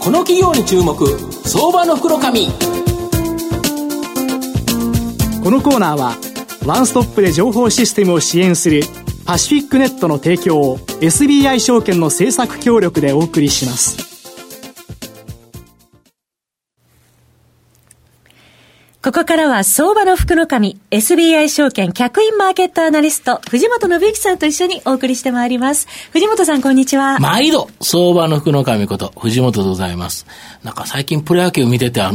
この企業に注目、相場の福の神。 このコーナーはワンストップで情報システムを支援するパシフィックネットの提供を SBI 証券の政策協力でお送りします。 ここからは相場の福の神 SBI 証券客員マーケットアナリスト藤本信之さんと一緒にお送りしてまいります。藤本さん、こんにちは。 毎度相場の福の神こと藤本でございます。なんか最近プロ野球見てて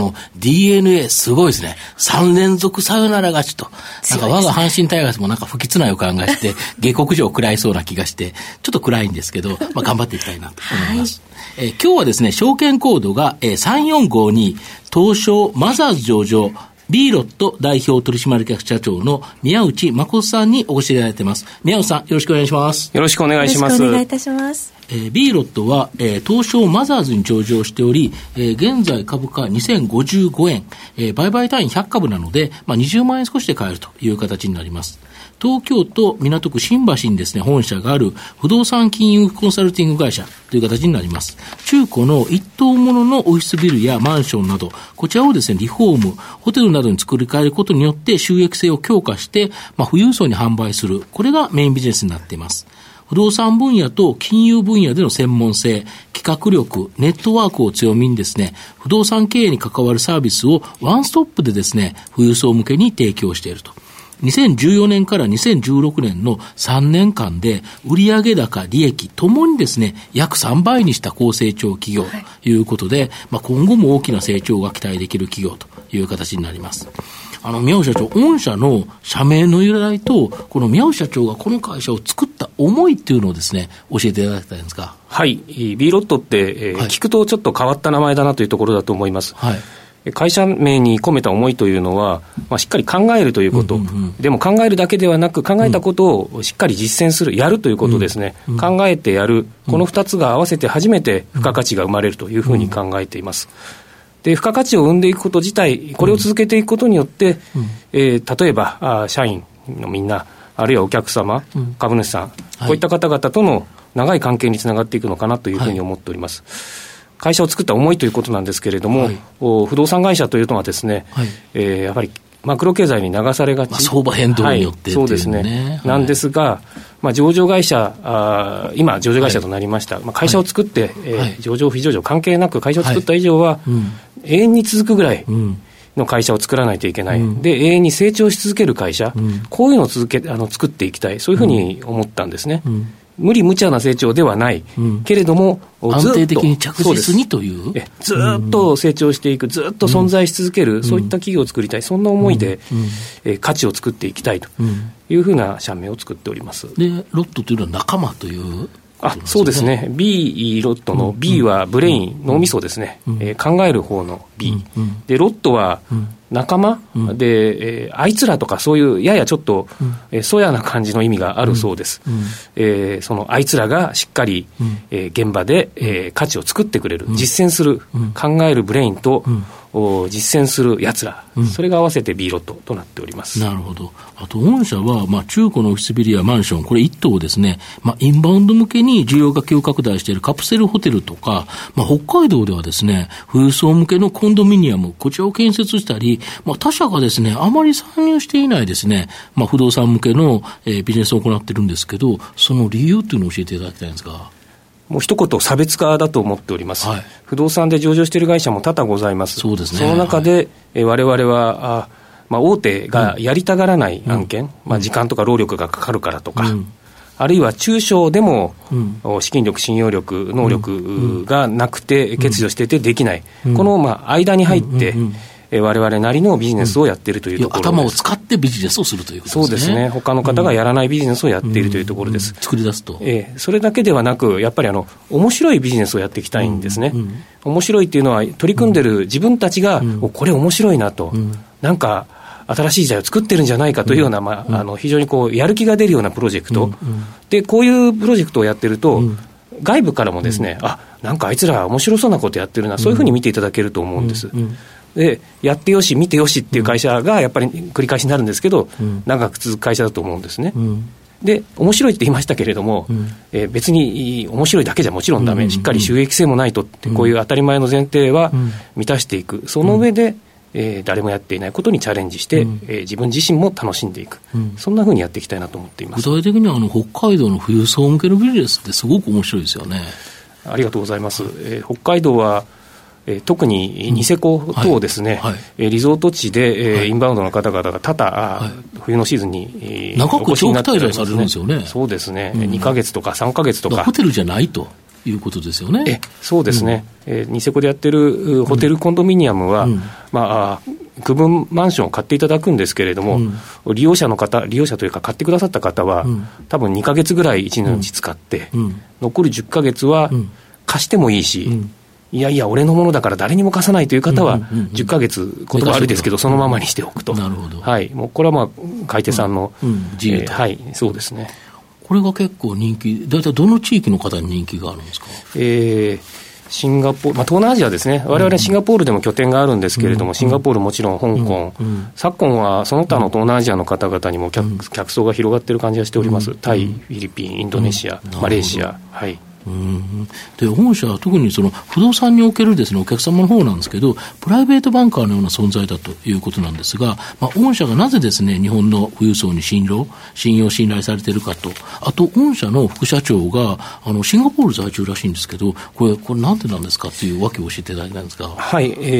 DNA すごいですね。3連続サヨナラ勝ちと、なんか我が阪神タイガースもなんか不吉な予感がして下克上食らいそうな気がしてちょっと暗いんですけど、頑張っていきたいなと思います。はい、今日はですね、証券コードが3452東証マザーズ上場B ロット代表取締役社長の宮内誠さんにお越しいただいています。宮内さん、よろしくお願いします。 よろしくお願いします。 よろしくお願いいたします。 B ロットは、東証マザーズに上場しており、現在株価2055円、売買単位100株なので、20万円少しで買えるという形になります。東京都港区新橋にですね、本社がある不動産金融コンサルティング会社という形になります。中古の一棟もののオフィスビルやマンションなど、こちらをですね、リフォーム、ホテルなどに作り変えることによって収益性を強化して、富裕層に販売する。これがメインビジネスになっています。不動産分野と金融分野での専門性、企画力、ネットワークを強みにですね、不動産経営に関わるサービスをワンストップでですね、富裕層向けに提供していると。2014年から2016年の3年間で売上高、利益ともにですね、約3倍にした高成長企業ということで、今後も大きな成長が期待できる企業という形になります。宮内社長、御社の社名の由来と、この宮内社長がこの会社を作った思いっていうのをですね、教えていただきたいんですか。 はい。B ロットって、聞くとちょっと変わった名前だなというところだと思います。はい。会社名に込めた思いというのは、しっかり考えるということ、でも考えるだけではなく、考えたことをしっかり実践する、やるということですね。考えてやる、この2つが合わせて初めて付加価値が生まれるというふうに考えています。で、付加価値を生んでいくこと自体、これを続けていくことによって、例えば社員のみんな、あるいはお客様、株主さん、こういった方々との長い関係につながっていくのかなというふうに思っております。会社を作った思いということなんですけれども、不動産会社というのはですね、やはりマクロ経済に流されがち、 相場変動によって、 そうですね、なんですが、上場会社、今上場会社となりました、会社を作って、上場非上場関係なく会社を作った以上は、永遠に続くぐらいの会社を作らないといけない、で永遠に成長し続ける会社、こういうのを作っていきたい、そういうふうに思ったんですね。無理無茶な成長ではない、けれども安定的に着実にというずっと成長していく、ずっと存在し続ける、そういった企業を作りたい、そんな思いで、価値を作っていきたいというふうな社名を作っております。 でロットというのは仲間というそうですね。B ロットの B はブレイン、脳みそですね。考える方の B。で、ロットは仲間、で、あいつらとかそういうややちょっと、そやな感じの意味があるそうです。そのあいつらがしっかり、現場で、価値を作ってくれる、実践する、考えるブレインと、実践するやつら、それが合わせて B ロットとなっております。 なるほど。あと御社は、中古のオフィスビルやマンション、これ一棟をですね、インバウンド向けに需要が急拡大しているカプセルホテルとか、北海道ではですね、富裕層向けのコンドミニアム、こちらを建設したり、他社がですね、あまり参入していないですね、不動産向けの、ビジネスを行っているんですけど、その理由というのを教えていただきたいんですが。 もう一言差別化だと思っております。不動産で上場している会社も多々ございます。 そうですね。 その中で、我々は大手がやりたがらない案件、時間とか労力がかかるからとか、あるいは中小でも、資金力、信用力、能力がなくて欠如しててできない、この間に入って、我々なりのビジネスをやっているというところです。 頭を使ってビジネスをするということですね。 そうですね。他の方がやらないビジネスをやっているというところです。 作り出すと。 それだけではなく、やっぱり面白いビジネスをやっていきたいんですね。面白いっていうのは、取り組んでる自分たちが、これ面白いなと、なんか新しい時代を作ってるんじゃないかというような、非常にやる気が出るようなプロジェクト、でこういうプロジェクトをやってると、外部からもですね、なんかあいつら面白そうなことやってるな、そういうふうに見ていただけると思うんです。でやってよし見てよしっていう会社がやっぱり繰り返しになるんですけど、長く続く会社だと思うんですね。 で面白いって言いましたけれども、別に面白いだけじゃもちろんダメ、しっかり収益性もないとって、こういう当たり前の前提は満たしていく、その上で、誰もやっていないことにチャレンジして、自分自身も楽しんでいく、そんなふうにやっていきたいなと思っています。 具体的には北海道の富裕層向けのビジネスってすごく面白いですよね。 ありがとうございます。北海道は特にニセコ等ですね、リゾート地で、インバウンドの方々が多々、冬のシーズンに、 長く長期滞在されるんですよね。 そうですね、2ヶ月とか3ヶ月とか。 ホテルじゃないということですよね。 そうですね、ニセコでやってるホテルコンドミニアムは、区分マンションを買っていただくんですけれども、利用者というか買ってくださった方は、多分2ヶ月ぐらい1年のうち使って、残る10ヶ月は貸してもいいし、いやいや俺のものだから誰にも貸さないという方は10ヶ月言葉悪いですけどそのままにしておくと。 なるほど。 はい、もうこれは買い手さんの自由と。 はい、そうですね。 これが結構人気、大体どの地域の方に人気があるんですか？ シンガポール、東南アジアですね。我々シンガポールでも拠点があるんですけれども、シンガポールもちろん香港、昨今はその他の東南アジアの方々にも客層が広がっている感じがしております。タイ、フィリピン、インドネシア、マレーシア、はい。 で本社は特にその不動産におけるですね、お客様の方なんですけど、プライベートバンカーのような存在だということなんですが、御社がなぜですね、日本の富裕層に信用信頼されているかと、あと御社の副社長がシンガポール在住らしいんですけど、これなんでなんですかというわけを教えていただきたいんですが。 はい、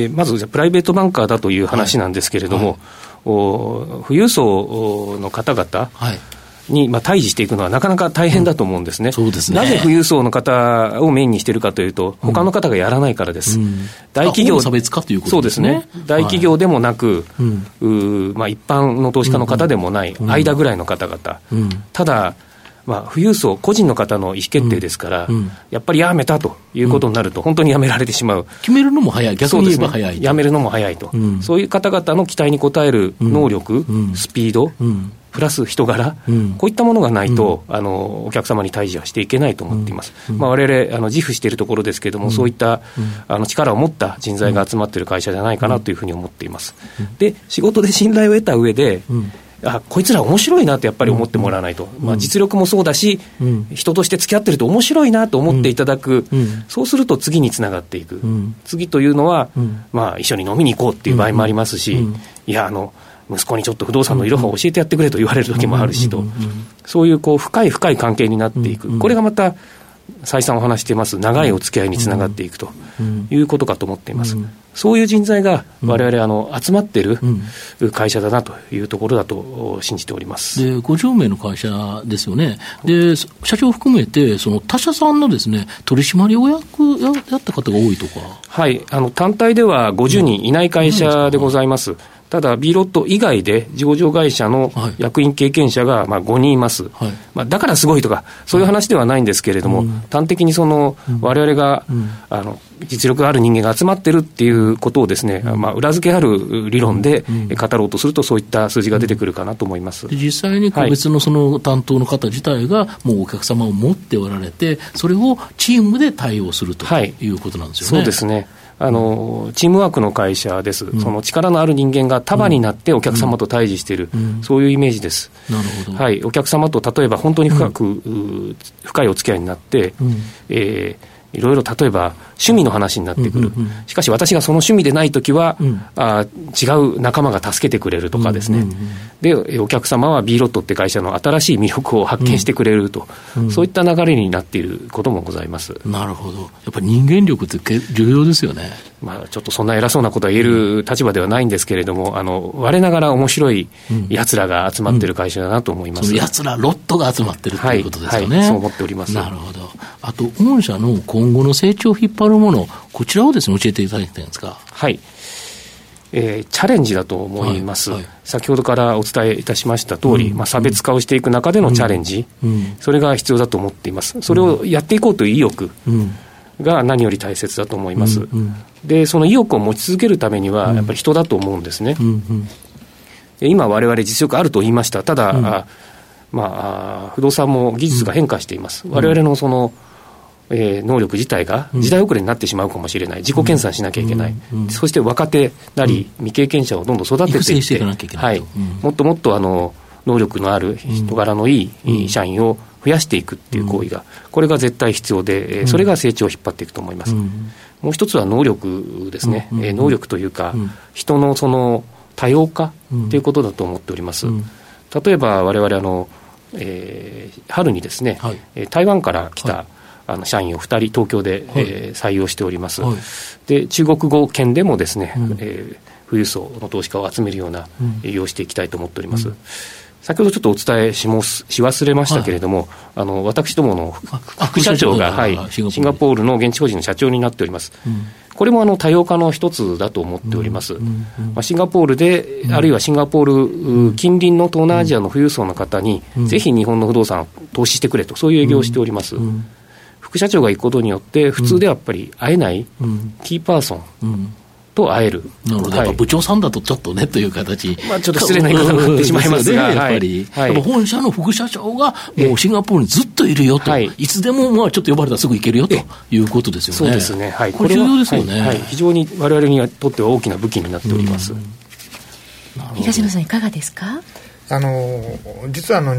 まずプライベートバンカーだという話なんですけれども、富裕層の方々、に対峙していくのはなかなか大変だと思うんですね。 そうですね。 なぜ富裕層の方をメインにしているかというと、他の方がやらないからです。 大企業差別化ということですね。 そうですね。大企業でもなく、一般の投資家の方でもない、間ぐらいの方々。ただ富裕層個人の方の意思決定ですから、やっぱりやめたということになると、本当にやめられてしまう。 決めるのも早い、逆に言えば早いと。 やめるのも早いと、そういう方々の期待に応える能力、スピード、プラス人柄、こういったものがないと、お客様に対峙はしていけないと思っています。我々自負しているところですけれども、そういった力を持った人材が集まっている会社じゃないかなというふうに思っています。で、仕事で信頼を得た上で、こいつら面白いなとやっぱり思ってもらわないと、実力もそうだし、人として付き合ってると面白いなと思っていただく、そうすると次につながっていく、次というのは、一緒に飲みに行こうっていう場合もありますし、いや息子にちょっと不動産のいろは教えてやってくれと言われる時もあるしと、そういう深い関係になっていく、これがまた再三お話しています長いお付き合いにつながっていくということかと思っています。そういう人材が我々集まっている会社だなというところだと信じております。 で、50名の会社ですよね。で、社長を含めてその他社さんのですね、取締役やった方が多いとか。 はい、単体では50人いない会社でございます。ただ B ロット以外で上場会社の役員経験者が5人います、だからすごいとかそういう話ではないんですけれども、端的に我々が実力がある人間が集まってるっていうことをですね、裏付けある理論で語ろうとするとそういった数字が出てくるかなと思います。 実際に個別のその担当の方自体がもうお客様を持っておられて、それをチームで対応するということなんですよね。 そうですね。チームワークの会社です、その力のある人間が束になってお客様と対峙している、そういうイメージです。 なるほど。 はい、お客様と例えば本当に深いお付き合いになって、いろいろ例えば趣味の話になってくる、しかし私がその趣味でないときは、違う仲間が助けてくれるとかですね、でお客様は B ロットって会社の新しい魅力を発見してくれると、そういった流れになっていることもございます。 なるほど。やっぱり人間力って重要ですよね。 ちょっとそんな偉そうなことは言える立場ではないんですけれども、我ながら面白いやつらが集まっている会社だなと思います。 そのやつらロットが集まってるということですよね。 そう思っております。 なるほど。あと御社の今後の成長を引っ張るもの、こちらをですね教えていただきたいんですか。 はい、チャレンジだと思います、先ほどからお伝えいたしました通り、差別化をしていく中でのチャレンジ、それが必要だと思っています。それをやっていこうという意欲が何より大切だと思います、でその意欲を持ち続けるためにはやっぱり人だと思うんですね、今我々実力あると言いました。ただ、不動産も技術が変化しています、我々のその能力自体が時代遅れになってしまうかもしれない、自己研鑽しなきゃいけない、そして若手なり未経験者をどんどん育てていって、もっともっと能力のある人柄のいい社員を増やしていくっていう行為が、これが絶対必要で、それが成長を引っ張っていくと思います。もう一つは能力ですね。能力というか、人のその多様化ということだと思っております。例えば我々春にですね、台湾から来た、社員を2人東京で、採用しております。で、中国語圏でもですね、富裕層の投資家を集めるような営業をしていきたいと思っております。先ほどちょっとお伝えし忘れましたけれども、私どもの副社長が、シンガポールの現地法人の社長になっております。これも多様化の一つだと思っております。シンガポールで、あるいはシンガポール近隣の東南アジアの富裕層の方に、ぜひ日本の不動産を投資してくれと、そういう営業をしております。副社長が行くことによって、普通でやっぱり会えないキーパーソンと会える。 なるほど、やっぱ部長さんだとちょっとねという形、 ちょっと失礼な言い方になってしまいますが、 やっぱり、本社の副社長がもうシンガポールにずっといるよと、いつでもちょっと呼ばれたらすぐ行けるよということですよね。 そうですね、 これ重要ですよね。 非常に我々にとっては大きな武器になっております。 東野さんいかがですか？ 実は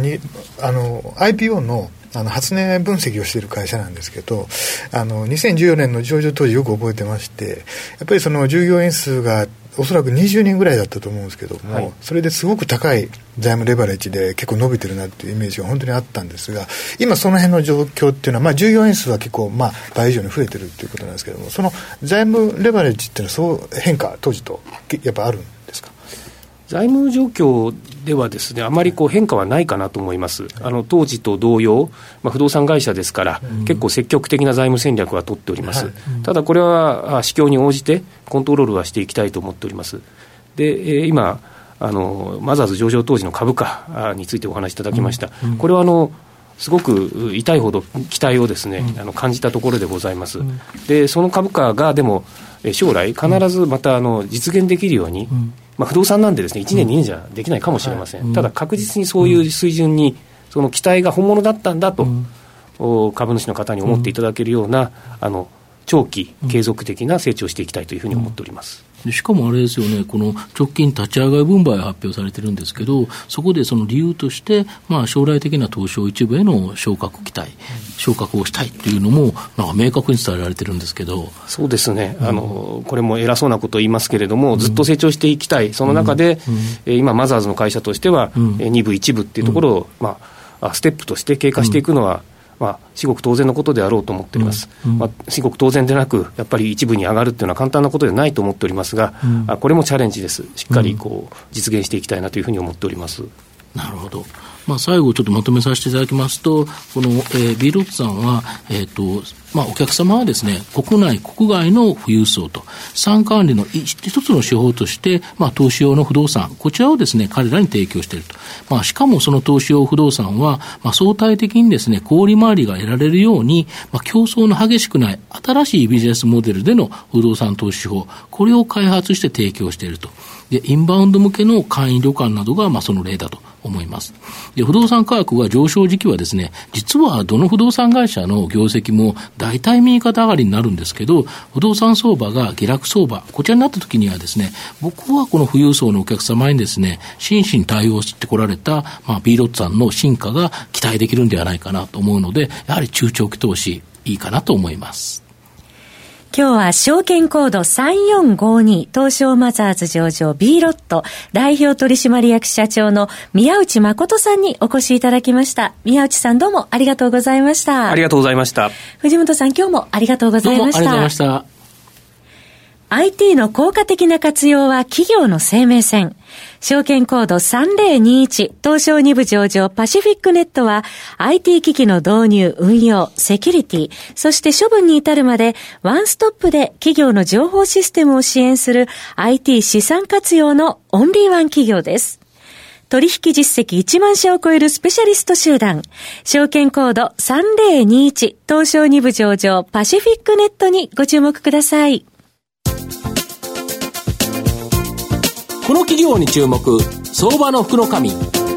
IPO の初値分析をしている会社なんですけど、2014年の上場当時よく覚えてまして、やっぱりその従業員数がおそらく20人ぐらいだったと思うんですけども、それですごく高い財務レバレッジで結構伸びてるなっていうイメージが本当にあったんですが、今その辺の状況っていうのは、従業員数は結構倍以上に増えてるっていうことなんですけども、その財務レバレッジっていうのはそう変化当時とやっぱあるんですか？ 財務状況ではですね、あまり変化はないかなと思います。当時と同様、不動産会社ですから、結構積極的な財務戦略は取っております。ただこれは市況に応じてコントロールはしていきたいと思っております。で、今マザーズ上場当時の株価についてお話しいただきました。これはすごく痛いほど期待をですね、感じたところでございます。で、その株価がでも将来必ずまた実現できるように、不動産なんでですね、1年2年じゃできないかもしれません。ただ確実にそういう水準にその期待が本物だったんだと、株主の方に思っていただけるような長期継続的な成長をしていきたいというふうに思っております。 しかもあれですよね、この直近立ち上がり分配が発表されてるんですけど、そこでその理由として、将来的な東証一部への昇格をしたいというのも明確に伝えられてるんですけど。 そうですね、これも偉そうなことを言いますけれども、ずっと成長していきたい、その中で、今マザーズの会社としては、2部1部っていうところを、ステップとして経過していくのは、至極当然のことであろうと思っております。至極当然でなく、やっぱり一部に上がるというのは簡単なことではないと思っておりますが、これもチャレンジです。しっかり実現していきたいなというふうに思っております。 なるほど。最後ちょっとまとめさせていただきますと、この、ビーロットさんは、お客様はですね、国内国外の富裕層と資産管理の一つの手法として、投資用の不動産、こちらをですね、彼らに提供していると。しかもその投資用不動産は、相対的にですね、小売回りが得られるように、競争の激しくない新しいビジネスモデルでの不動産投資法、これを開発して提供していると。で、インバウンド向けの簡易旅館などが、その例だと思います。で、不動産価格が上昇時期はですね、実はどの不動産会社の業績も大体右肩上がりになるんですけど、不動産相場が下落相場、こちらになった時にはですね、僕はこの富裕層のお客様にですね、真摯に対応してこられた、ビーロットさんの進化が期待できるんではないかなと思うので、やはり中長期投資いいかなと思います。 今日は証券コード3452東証マザーズ上場 B ロット代表取締役社長の宮内誠さんにお越しいただきました。宮内さんどうもありがとうございました。 ありがとうございました。 藤本さん今日もありがとうございました。 どうもありがとうございました。 IT の効果的な活用は企業の生命線。証券コード3021東証2部上場パシフィックネットは IT 機器の導入、運用、セキュリティ、そして処分に至るまでワンストップで企業の情報システムを支援する IT 資産活用のオンリーワン企業です。取引実績1万社を超えるスペシャリスト集団。証券コード3021東証2部上場パシフィックネットにご注目ください。 この企業に注目、相場の福の神。 こ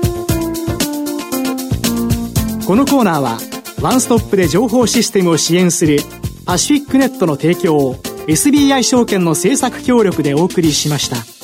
のコーナーはワンストップで情報システムを支援するパシフィックネットの提供を SBI 証券の政策協力でお送りしました。